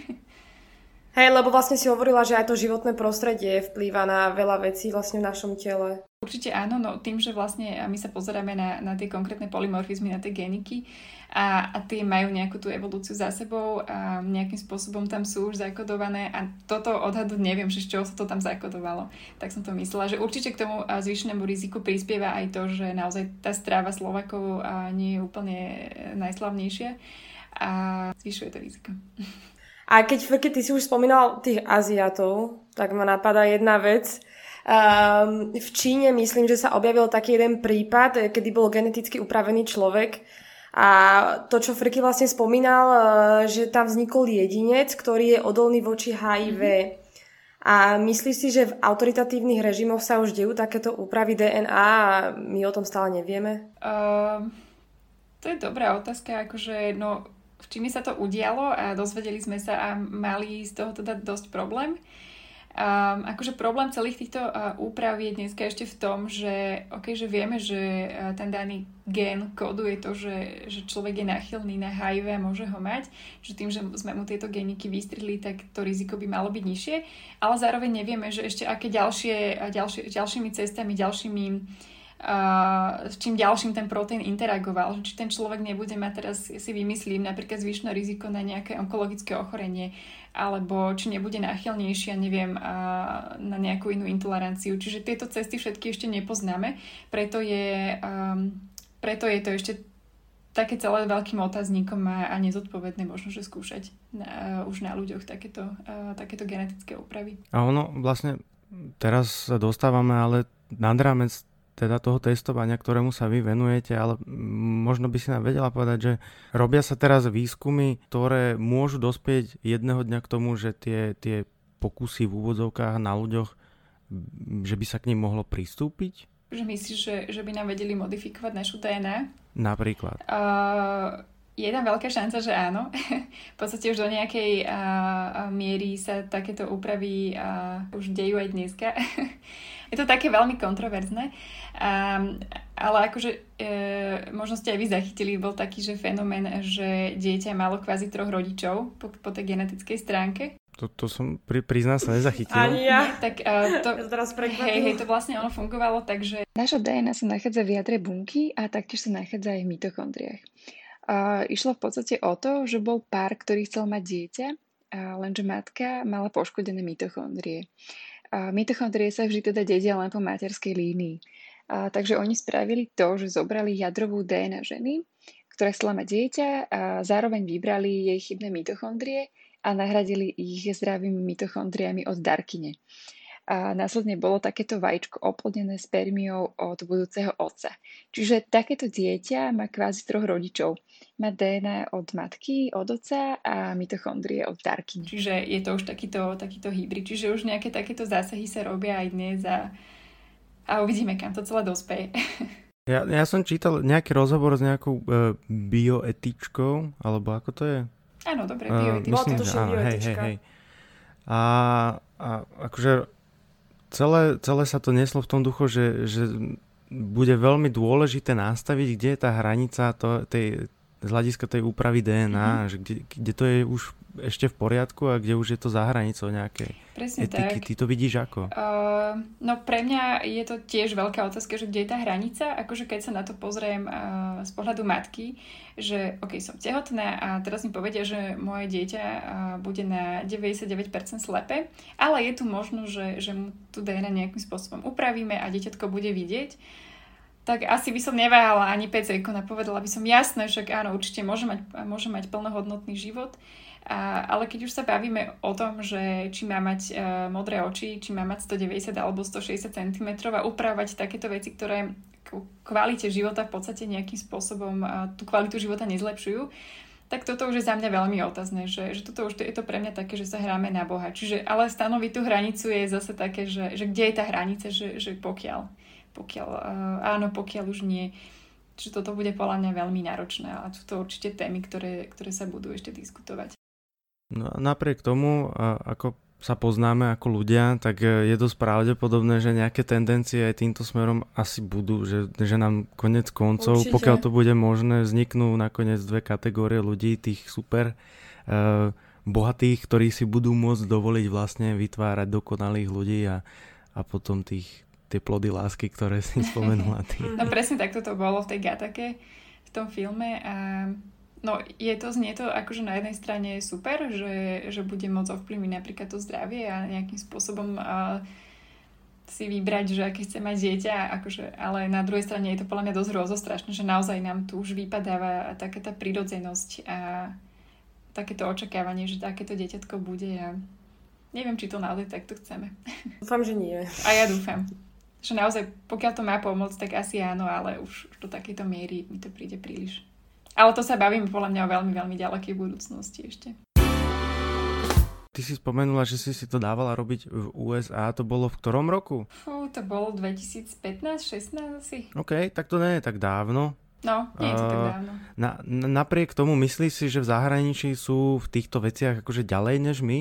Hej, lebo vlastne si hovorila, že aj to životné prostredie vplýva na veľa vecí vlastne v našom tele. Určite áno, no tým, že vlastne my sa pozeráme na, na tie konkrétne polymorfizmy, na tie geniky a, a tie majú nejakú tú evolúciu za sebou a nejakým spôsobom tam sú už zakodované a toto odhadnúť neviem, že z čoho sa to tam zakodovalo. Tak som to myslela, že určite k tomu zvýšenému riziku prispieva aj to, že naozaj tá stráva Slovákov nie je úplne najslavnejšia a zvyšuje to riziko. A keď, keď ty si už spomínal tých Aziatov, tak ma napadá jedna vec. Um, v Číne myslím, že sa objavil taký jeden prípad, kedy bol geneticky upravený človek a to, čo Frky vlastne spomínal, že tam vznikol jedinec, ktorý je odolný voči há í vé. Mm-hmm. A myslíš si, že v autoritatívnych režimoch sa už dejú takéto úpravy dé en á a my o tom stále nevieme? Uh, to je dobrá otázka, akože no v Číne sa to udialo a dozvedeli sme sa a mali z toho teda dosť problém. Um, akože problém celých týchto uh, úprav je dneska ešte v tom, že, okay, že vieme, že uh, ten daný gén kóduje to, že, že človek je náchylný na há í vé a môže ho mať, že tým, že sme mu tieto géniky vystrihli, tak to riziko by malo byť nižšie, ale zároveň nevieme, že ešte aké ďalšie, ďalšie, ďalšími cestami, ďalšími Uh, s čím ďalším ten proteín interagoval, či ten človek nebude mať teraz, si vymyslím, napríklad zvýšené riziko na nejaké onkologické ochorenie, alebo či nebude náchylnejšia, neviem, uh, na nejakú inú intoleranciu. Čiže tieto cesty všetky ešte nepoznáme, preto je, um, preto je to ešte také celé veľkým otáznikom a, a nezodpovedné možno, že skúšať na, uh, už na ľuďoch takéto, uh, takéto genetické úpravy. A ono vlastne teraz sa dostávame ale nad rámec teda toho testovania, ktorému sa vy venujete, ale možno by si nám vedela povedať, že robia sa teraz výskumy, ktoré môžu dospieť jedného dňa k tomu, že tie, tie pokusy v úvodzovkách na ľuďoch, že by sa k nim mohlo pristúpiť? Že myslíš, že, že by nám vedeli modifikovať našu dé en á? Napríklad. Uh, je tam veľká šanca, že áno. V podstate už do nejakej uh, miery sa takéto úpravy uh, už dejú aj dneska. Je to také veľmi kontroverzné, um, ale akože e, možno ste aj vy zachytili, bol taký, že fenomén, že dieťa malo kvázi troch rodičov po, po tej genetickej stránke. To, to som pri, prizná sa nezachytil. Ani ja. Nie, tak uh, to, ja teraz hej, hej, to vlastne ono fungovalo tak, že... Naša dé en á sa nachádza v jadre bunky a taktiež sa nachádza aj v mitochondriách. Uh, išlo v podstate o to, že bol pár, ktorý chcel mať dieťa, uh, lenže matka mala poškodené mitochondrie. A mitochondrie sa vždy teda dedia len po materskej línii. A takže oni spravili to, že zobrali jadrovú dé en á ženy, ktorá chcela mať dieťa a zároveň vybrali jej chybné mitochondrie a nahradili ich zdravými mitochondriami od darkyne. A následne bolo takéto vajíčko oplodnené spermiou od budúceho otca. Čiže takéto dieťa má kvázi troch rodičov. Má dé en á od matky, od otca a mitochondrie od darkyne. Čiže je to už takýto, takýto hybrid. Čiže už nejaké takéto zásahy sa robia aj dnes a, a uvidíme, kam to celé dospeje. Ja, ja som čítal nejaký rozhovor s nejakou uh, bioetičkou, alebo ako to je? Áno, dobre, uh, bioetička. Myslím, že áno, hej, hej, hej. A, a akože celé, celé sa to neslo v tom duchu, že, že bude veľmi dôležité nastaviť, kde je tá hranica to, tej, z hľadiska tej úpravy dé en á, mm-hmm. že kde, kde to je už ešte v poriadku a kde už je to za hranicou nejakej Presne etiky. Tak. Ty to vidíš ako? Uh, no pre mňa je to tiež veľká otázka, že kde je tá hranica. Akože keď sa na to pozriem uh, z pohľadu matky, že ok, som tehotná a teraz mi povedia, že moje dieťa uh, bude na deväťdesiatdeväť percent slepé, ale je tu možnosť, že, že mu tú dé en á nejakým spôsobom upravíme a dieťatko bude vidieť, tak asi by som neváhala ani päť sekúnd a povedala by som jasné, však áno, určite môže mať, môže mať plnohodnotný život. A, ale keď už sa bavíme o tom, že či má mať uh, modré oči, či má mať stodeväťdesiat alebo stošesťdesiat centimetrov a upravovať takéto veci, ktoré k kvalite života v podstate nejakým spôsobom uh, tú kvalitu života nezlepšujú, tak toto už je za mňa veľmi otázne, že, že toto už je to pre mňa také, že sa hráme na Boha. Čiže ale stanoviť tú hranicu je zase také, že, že kde je tá hranica, že, že pokiaľ, pokiaľ uh, áno, pokiaľ už nie. Čiže toto bude podľa mňa veľmi náročné a sú to určite témy, ktoré, ktoré sa budú ešte diskutovať. No a napriek tomu, ako sa poznáme ako ľudia, tak je dosť pravdepodobné, že nejaké tendencie aj týmto smerom asi budú, že, že nám konec koncov, určite. Pokiaľ to bude možné, vzniknú nakoniec dve kategórie ľudí, tých super uh, bohatých, ktorí si budú môcť dovoliť vlastne vytvárať dokonalých ľudí a, a potom tých, tie plody lásky, ktoré si spomenula ty. No presne takto to bolo v tej Gatake, v tom filme a no je to, znie to akože na jednej strane super, že, že bude môcť ovplyvniť napríklad to zdravie a nejakým spôsobom uh, si vybrať, že aké chce mať dieťa, akože, ale na druhej strane je to podľa mňa dosť hrozostrašné, že naozaj nám tu už vypadáva taká tá prirodzenosť a takéto očakávanie, že takéto dieťatko bude a neviem, či to naozaj takto chceme. Dúfam, že nie. A ja dúfam. Že naozaj, pokiaľ to má pomôcť, tak asi áno, ale už, už do takejto miery mi to príde príliš. Ale to sa bavíme podľa mňa o veľmi, veľmi ďalekej budúcnosti ešte. Ty si spomenula, že si si to dávala robiť v ú es á. To bolo v ktorom roku? Fú, to bolo dvetisícpätnásť šestnásť asi. OK, tak to nie je tak dávno. No, nie je to tak dávno. Na, na, napriek tomu myslíš si, že v zahraničí sú v týchto veciach akože ďalej než my?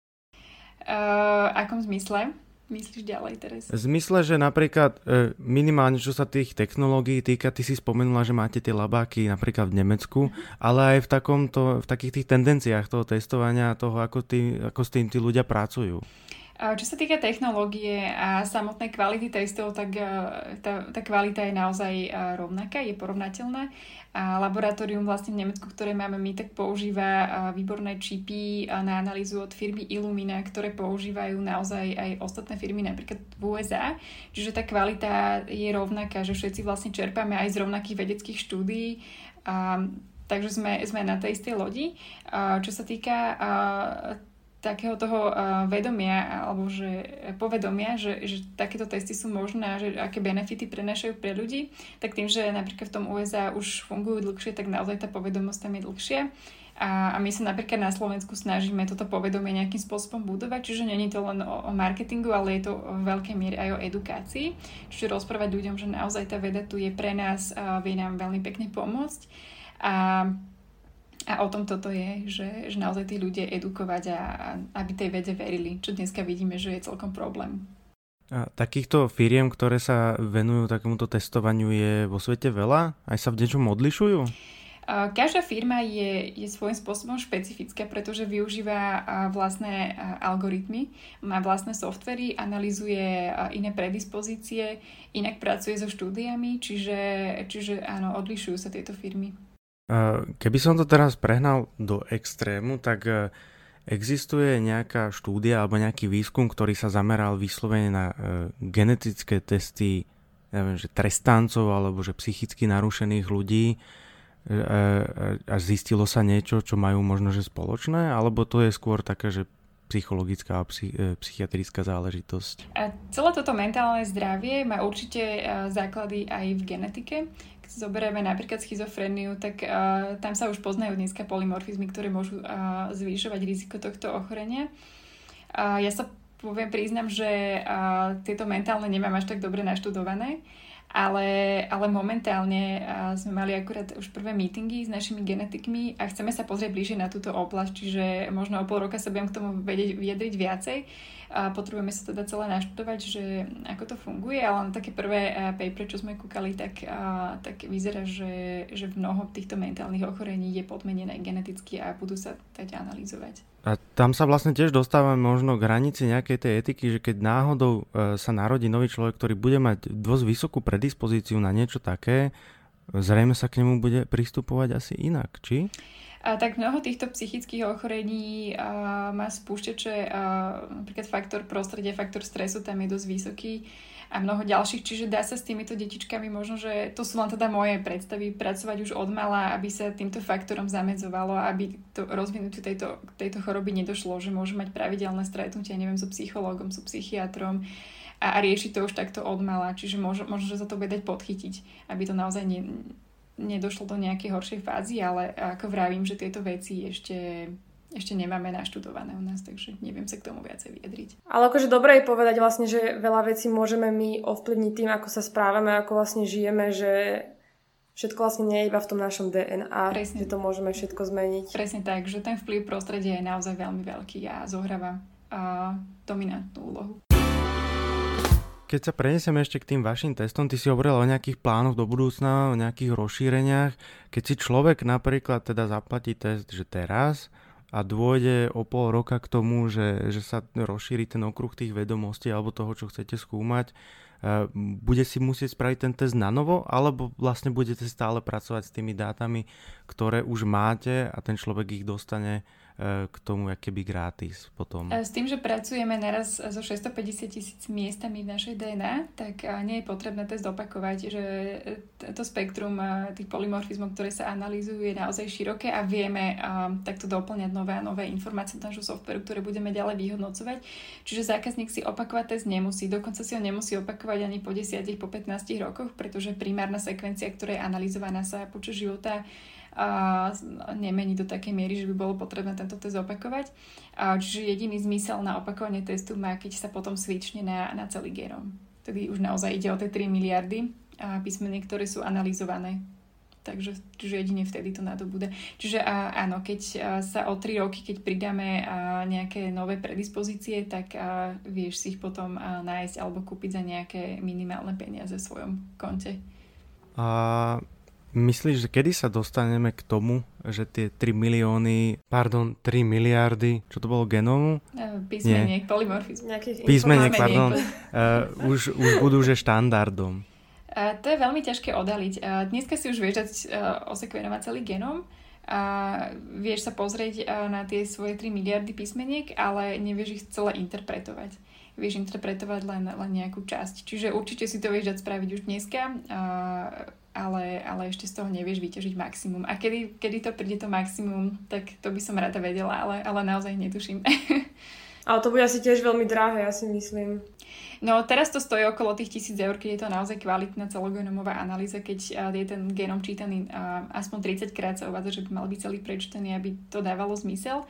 Uh, akom zmysle? Myslíš ďalej teraz? V zmysle, že napríklad e, minimálne čo sa tých technológií týka, ty si spomenula, že máte tie labáky napríklad v Nemecku, ale aj v, takomto, v takých tých tendenciách toho testovania, toho, ako, tí, ako s tým tí ľudia pracujú. Čo sa týka technológie a samotnej kvality testov, tak tá, tá kvalita je naozaj rovnaká, je porovnateľná. A laboratórium vlastne v Nemecku, ktoré máme my, tak používa výborné čipy na analýzu od firmy Illumina, ktoré používajú naozaj aj ostatné firmy, napríklad v ú es á. Čiže tá kvalita je rovnaká, že všetci vlastne čerpáme aj z rovnakých vedeckých štúdií. A, takže sme, sme na tej istej lodi. A čo sa týka a, takého toho uh, vedomia alebo že povedomia, že, že takéto testy sú možné a že aké benefity prenášajú pre ľudí, tak tým, že napríklad v tom ú es á už fungujú dlhšie, tak naozaj tá povedomosť tam je dlhšia. A, a my sa napríklad na Slovensku snažíme toto povedomie nejakým spôsobom budovať, čiže nie je to len o, o marketingu, ale je to v veľkej miere aj o edukácii. Čiže rozprávať ľuďom, že naozaj tá veda tu je pre nás a vie nám veľmi pekne pomôcť. A A o tom toto je, že, že naozaj tí ľudia edukovať a, a aby tej vede verili, čo dneska vidíme, že je celkom problém. A takýchto firiem, ktoré sa venujú takémuto testovaniu, je vo svete veľa? Aj sa v niečom odlišujú? Každá firma je, je svojím spôsobom špecifická, pretože využíva vlastné algoritmy, má vlastné softvery, analyzuje iné predispozície, inak pracuje so štúdiami, čiže, čiže áno, odlišujú sa tieto firmy. Keby som to teraz prehnal do extrému, tak existuje nejaká štúdia alebo nejaký výskum, ktorý sa zameral vyslovene na genetické testy, neviem, že trestancov alebo že psychicky narušených ľudí a zistilo sa niečo, čo majú možno že spoločné, alebo to je skôr také, že psychologická a psych- psychiatrická záležitosť? A celé toto mentálne zdravie má určite základy aj v genetike. Keď si zoberieme napríklad schizofréniu, tak uh, tam sa už poznajú dneska polymorfizmy, ktoré môžu uh, zvýšovať riziko tohto ochorenia. Uh, ja sa poviem, priznám, že uh, tieto mentálne nemám až tak dobre naštudované, ale, ale momentálne uh, sme mali akurát už prvé meetingy s našimi genetikmi a chceme sa pozrieť bližšie na túto oblasť, čiže možno o pol roka sa budem k tomu vedieť vyjadriť viacej. A potrebujeme sa teda celé naštudovať, že ako to funguje, ale na také prvé uh, paper, čo sme kúkali, tak, uh, tak vyzerá, že, že mnoho týchto mentálnych ochorení je podmenené geneticky a budú sa dať analyzovať. A tam sa vlastne tiež dostávame možno k hranici nejakej tej etiky, že keď náhodou uh, sa narodí nový človek, ktorý bude mať dosť vysokú predispozíciu na niečo také, zrejme sa k nemu bude pristupovať asi inak, či? A tak mnoho týchto psychických ochorení a, má spúšťače, a, napríklad faktor prostredia, faktor stresu tam je dosť vysoký a mnoho ďalších, čiže dá sa s týmito detičkami možno, že to sú len teda moje predstavy, pracovať už od mala, aby sa týmto faktorom zamedzovalo, aby to rozvinutiu tejto, tejto choroby nedošlo, že môžu mať pravidelné stretnutia, neviem, so psychológom, so psychiatrom a, a riešiť to už takto od mala, čiže možno, možno, že sa to bude dať podchytiť, aby to naozaj ne, nedošlo do nejakej horšej fázy, ale ako vravím, že tieto veci ešte, ešte nemáme naštudované u nás, takže neviem sa k tomu viacej vyjadriť. Ale akože dobre je povedať vlastne, že veľa vecí môžeme my ovplyvniť tým, ako sa správame, ako vlastne žijeme, že všetko vlastne nie je iba v tom našom dé en á, Presne. že to môžeme všetko zmeniť. Presne tak, že ten vplyv prostredia je naozaj veľmi veľký a zohráva a, dominantnú úlohu. Keď sa prenesieme ešte k tým vašim testom, ty si hovoril o nejakých plánoch do budúcna, o nejakých rozšíreniach. Keď si človek napríklad teda zaplatí test, že teraz a dôjde o pol roka k tomu, že, že sa rozšíri ten okruh tých vedomostí alebo toho, čo chcete skúmať, bude si musieť spraviť ten test na novo, alebo vlastne budete stále pracovať s tými dátami, ktoré už máte a ten človek ich dostane k tomu akéby gratis potom. S tým, že pracujeme naraz so šesťstopäťdesiat tisíc miestami v našej dé en á, tak nie je potrebné test opakovať, že to spektrum tých polymorfizmov, ktoré sa analýzujú, je naozaj široké a vieme takto doplňať nové a nové informácie do nášho softveru, ktoré budeme ďalej vyhodnocovať. Čiže zákazník si opakovať test nemusí, dokonca si ho nemusí opakovať ani po desiatich, po pätnástich rokoch, pretože primárna sekvencia, ktorá je analyzovaná, sa počas života a nemení do takej miery, že by bolo potrebné tento test opakovať. A čiže jediný zmysel na opakovanie testu má, keď sa potom switchne na, na celý genom. Tedy už naozaj ide o tie tri miliardy písmeniek, ktoré sú analyzované. Takže čiže jedine vtedy to nadobúda. Čiže a, áno, keď sa o tri roky, keď pridáme a, nejaké nové predispozície, tak a, vieš si ich potom a, nájsť alebo kúpiť za nejaké minimálne peniaze v svojom konte. A myslíš, že kedy sa dostaneme k tomu, že tie tri milióny, pardon, tri miliardy, čo to bolo, genómu? Písmeniek, polymorfizmu. Písmeniek, pardon, uh, už, už budú že štandardom. Uh, to je veľmi ťažké odhaliť. Uh, dneska si už vieš dať uh, osekvenovať celý genóm a vieš sa pozrieť uh, na tie svoje tri miliardy písmeniek, ale nevieš ich celé interpretovať. Vieš interpretovať len, len nejakú časť. Čiže určite si to vieš dať spraviť už dneska. Uh, ale, ale ešte z toho nevieš vyťažiť maximum. A kedy, kedy to príde to maximum, tak to by som rada vedela, ale, ale naozaj netuším. Ale to bude asi tiež veľmi drahé, ja si myslím. No teraz to stojí okolo tých tisíc eur, keď je to naozaj kvalitná celogenomová analýza, keď je ten genom čítaný aspoň tridsať krát sa uvádza, že by mal byť celý prečítaný, aby to dávalo zmysel.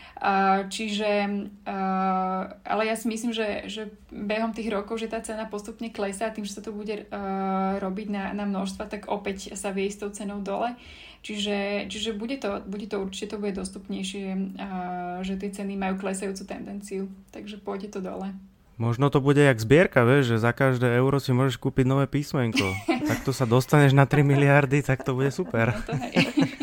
Čiže, ale ja si myslím, že, že behom tých rokov, že tá cena postupne klesá, tým, že sa to bude robiť na, na množstva, tak opäť sa vie ísť tou cenou dole. Čiže, čiže bude, to, bude to určite to bude dostupnejšie, že tie ceny majú klesajúcu tendenciu, takže pôjde to dole. Možno to bude jak zbierka, vieš, že za každé euro si môžeš kúpiť nové písmenko. Takto sa dostaneš na tri miliardy, tak to bude super. No to hej.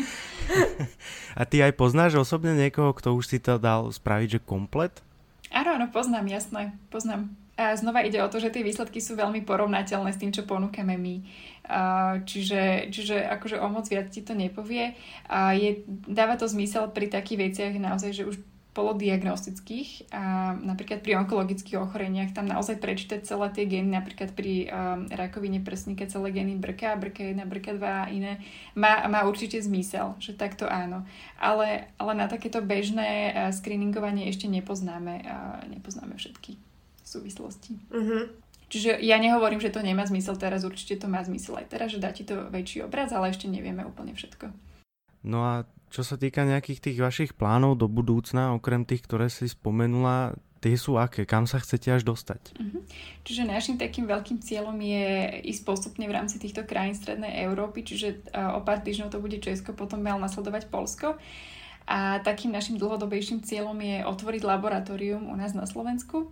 A ty aj poznáš osobne niekoho, kto už si to dal spraviť, že komplet? Áno, áno, poznám, jasné, poznám. A znova ide o to, že tie výsledky sú veľmi porovnateľné s tým, čo ponúkame my. A čiže, čiže akože o moc viac ti to nepovie. A je, dáva to zmysel pri takých veciach naozaj, že už polodiagnostických a napríklad pri onkologických ochoreniach tam naozaj prečítať celé tie gény, napríklad pri um, rakovine prsníka celé gény brka, brka jedna, brka dva a iné, má, má určite zmysel, že takto áno. Ale, ale na takéto bežné uh, screeningovanie ešte nepoznáme, uh, nepoznáme všetky súvislosti. Uh-huh. Čiže ja nehovorím, že to nemá zmysel teraz, určite to má zmysel aj teraz, že dá ti to väčší obraz, ale ešte nevieme úplne všetko. No a čo sa týka nejakých tých vašich plánov do budúcna, okrem tých, ktoré si spomenula, tie sú aké? Kam sa chcete až dostať? Uh-huh. Čiže našim takým veľkým cieľom je ísť postupne v rámci týchto krajín Strednej Európy, čiže uh, o pár týždňov to bude Česko, potom mal nasledovať Poľsko. A takým našim dlhodobejším cieľom je otvoriť laboratórium u nás na Slovensku.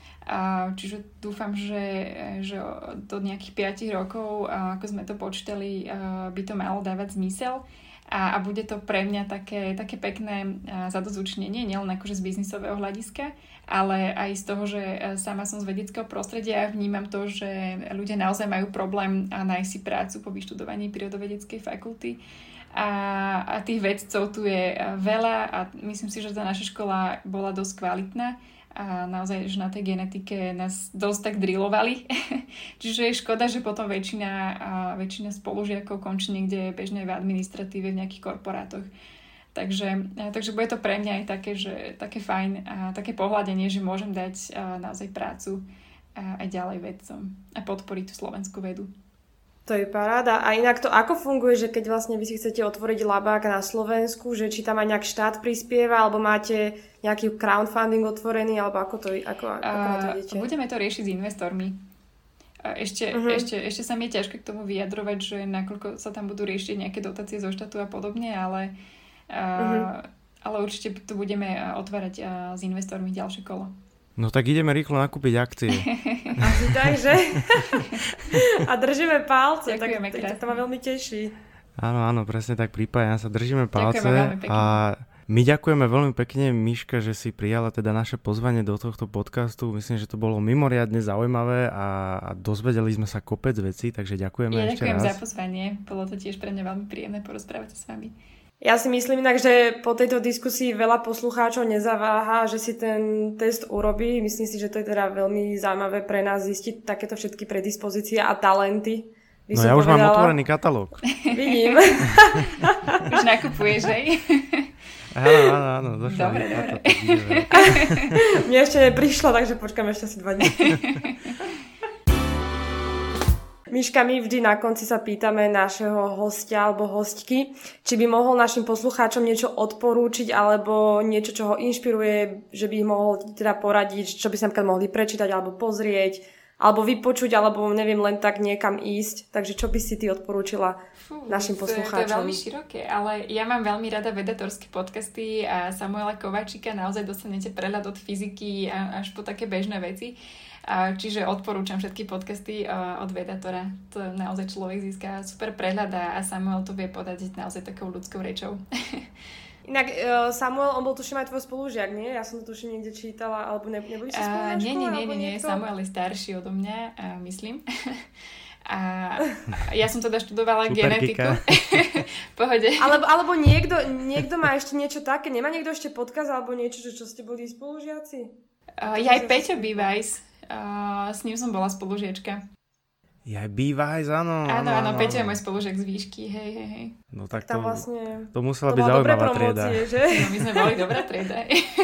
A čiže dúfam, že, že do nejakých piatich rokov, ako sme to počítali, by to malo dávať zmysel. A, a bude to pre mňa také, také pekné zadosťučinenie, nielen akože z biznisového hľadiska, ale aj z toho, že sama som z vedeckého prostredia a vnímam to, že ľudia naozaj majú problém nájsť si prácu po vyštudovaní prírodovedeckej fakulty. A, a tých vedcov tu je veľa a myslím si, že tá naša škola bola dosť kvalitná. A naozaj, že na tej genetike nás dosť tak drillovali. Čiže je škoda, že potom väčšina, väčšina spolužiakov končí niekde bežne v administratíve, v nejakých korporátoch. Takže, takže bude to pre mňa aj také, že, také fajn a také pohľadenie, že môžem dať naozaj prácu aj ďalej vedcom a podporiť tú slovenskú vedu. To je paráda. A inak to ako funguje, že keď vlastne vy si chcete otvoriť labák na Slovensku, že či tam aj nejak štát prispieva, alebo máte nejaký crowdfunding otvorený, alebo ako to, ako, ako na to idete? Budeme to riešiť s investormi. Ešte, uh-huh. ešte, ešte sa mi je ťažké k tomu vyjadrovať, že nakoľko sa tam budú riešiť nejaké dotácie zo štátu a podobne, ale, uh-huh. ale určite to budeme otvárať s investormi ďalšie kolo. No tak ideme rýchlo nakúpiť akcie. Asi tak, že? A držíme palce. Ďakujeme tak, tak to ma veľmi teší. Áno, áno, presne tak, prípadne sa držíme palce. A my ďakujeme veľmi pekne, Miška, že si prijala teda naše pozvanie do tohto podcastu. Myslím, že to bolo mimoriadne zaujímavé a, a dozvedeli sme sa kopec vecí, takže ďakujeme ja ešte ďakujem raz. Ďakujem za pozvanie, bolo to tiež pre mňa veľmi príjemné porozprávať sa s vami. Ja si myslím inak, že po tejto diskusii veľa poslucháčov nezaváha, že si ten test urobí. Myslím si, že to je teda veľmi zaujímavé pre nás zistiť takéto všetky predispozície a talenty. No ja už povedala. Mám otvorený katalóg. Vidím. Už nakupuješ, hej? Áno, áno, áno. Došlo. Dobre, dobre. Mne ešte neprišlo, takže počkám ešte asi dva dní. Miška, my vždy na konci sa pýtame našeho hostia alebo hostky, či by mohol našim poslucháčom niečo odporúčiť alebo niečo, čo ho inšpiruje, že by mohol teda poradiť, čo by sa napríklad mohli prečítať alebo pozrieť, alebo vypočuť, alebo neviem, len tak niekam ísť. Takže čo by si ty odporúčila Fú, našim poslucháčom? To je veľmi široké, ale ja mám veľmi rada vedatorské podcasty a Samuela Kováčika. Naozaj dostanete prehľad od fyziky až po také bežné veci. Čiže odporúčam všetky podcasty od vedatora. To naozaj človek získa super prehľad a Samuel to vie podať naozaj takou ľudskou rečou. Inak Samuel, on bol tuším aj tvoj spolužiak, nie? Ja som to tuším niekde čítala, alebo ne, neboli ste spolu na škole? Nie, nie, nie, nie, nie. Samuel je starší odo mňa, myslím. A ja som teda študovala super genetiku. Pohode. Alebo, alebo niekto, niekto má ešte niečo také. Nemá niekto ešte podcast alebo niečo, čo, čo ste boli spolužiaci? Uh, ja aj Peťo Bivajs. Uh, s ním som bola spolužiačka. Ja bývaj, áno. Áno, áno, Peťo je môj spolužiak z výšky, hej, hej, hej. No tak tam to, vlastne, to musela to byť zaujímavá trieda. Že? No my sme boli dobrá trieda.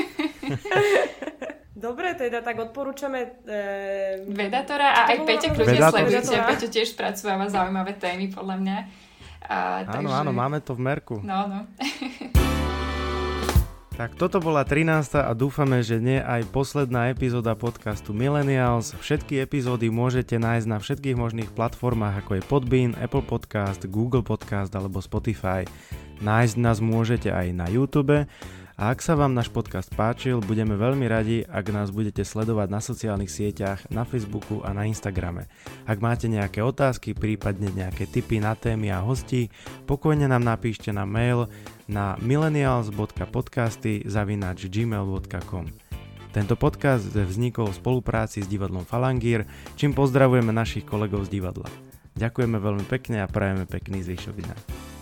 Dobre, teda tak odporúčame... E... Vedatora a aj Peťa kľudne sledujte. Peťo tiež spracováva zaujímavé témy, podľa mňa. A, áno, takže... áno, máme to v merku. No, no. Tak toto bola trinásta a dúfame, že nie aj posledná epizóda podcastu Millennials. Všetky epizódy môžete nájsť na všetkých možných platformách, ako je Podbean, Apple Podcast, Google Podcast alebo Spotify. Nájsť nás môžete aj na YouTube. A ak sa vám náš podcast páčil, budeme veľmi radi, ak nás budete sledovať na sociálnych sieťach, na Facebooku a na Instagrame. Ak máte nejaké otázky, prípadne nejaké tipy na témy a hostí, pokojne nám napíšte na mail na millennials bodka podcasty zavináč gmail bodka com. Tento podcast vznikol v spolupráci s divadlom Falangír, čím pozdravujeme našich kolegov z divadla. Ďakujeme veľmi pekne a prajeme pekný zvyšok dňa.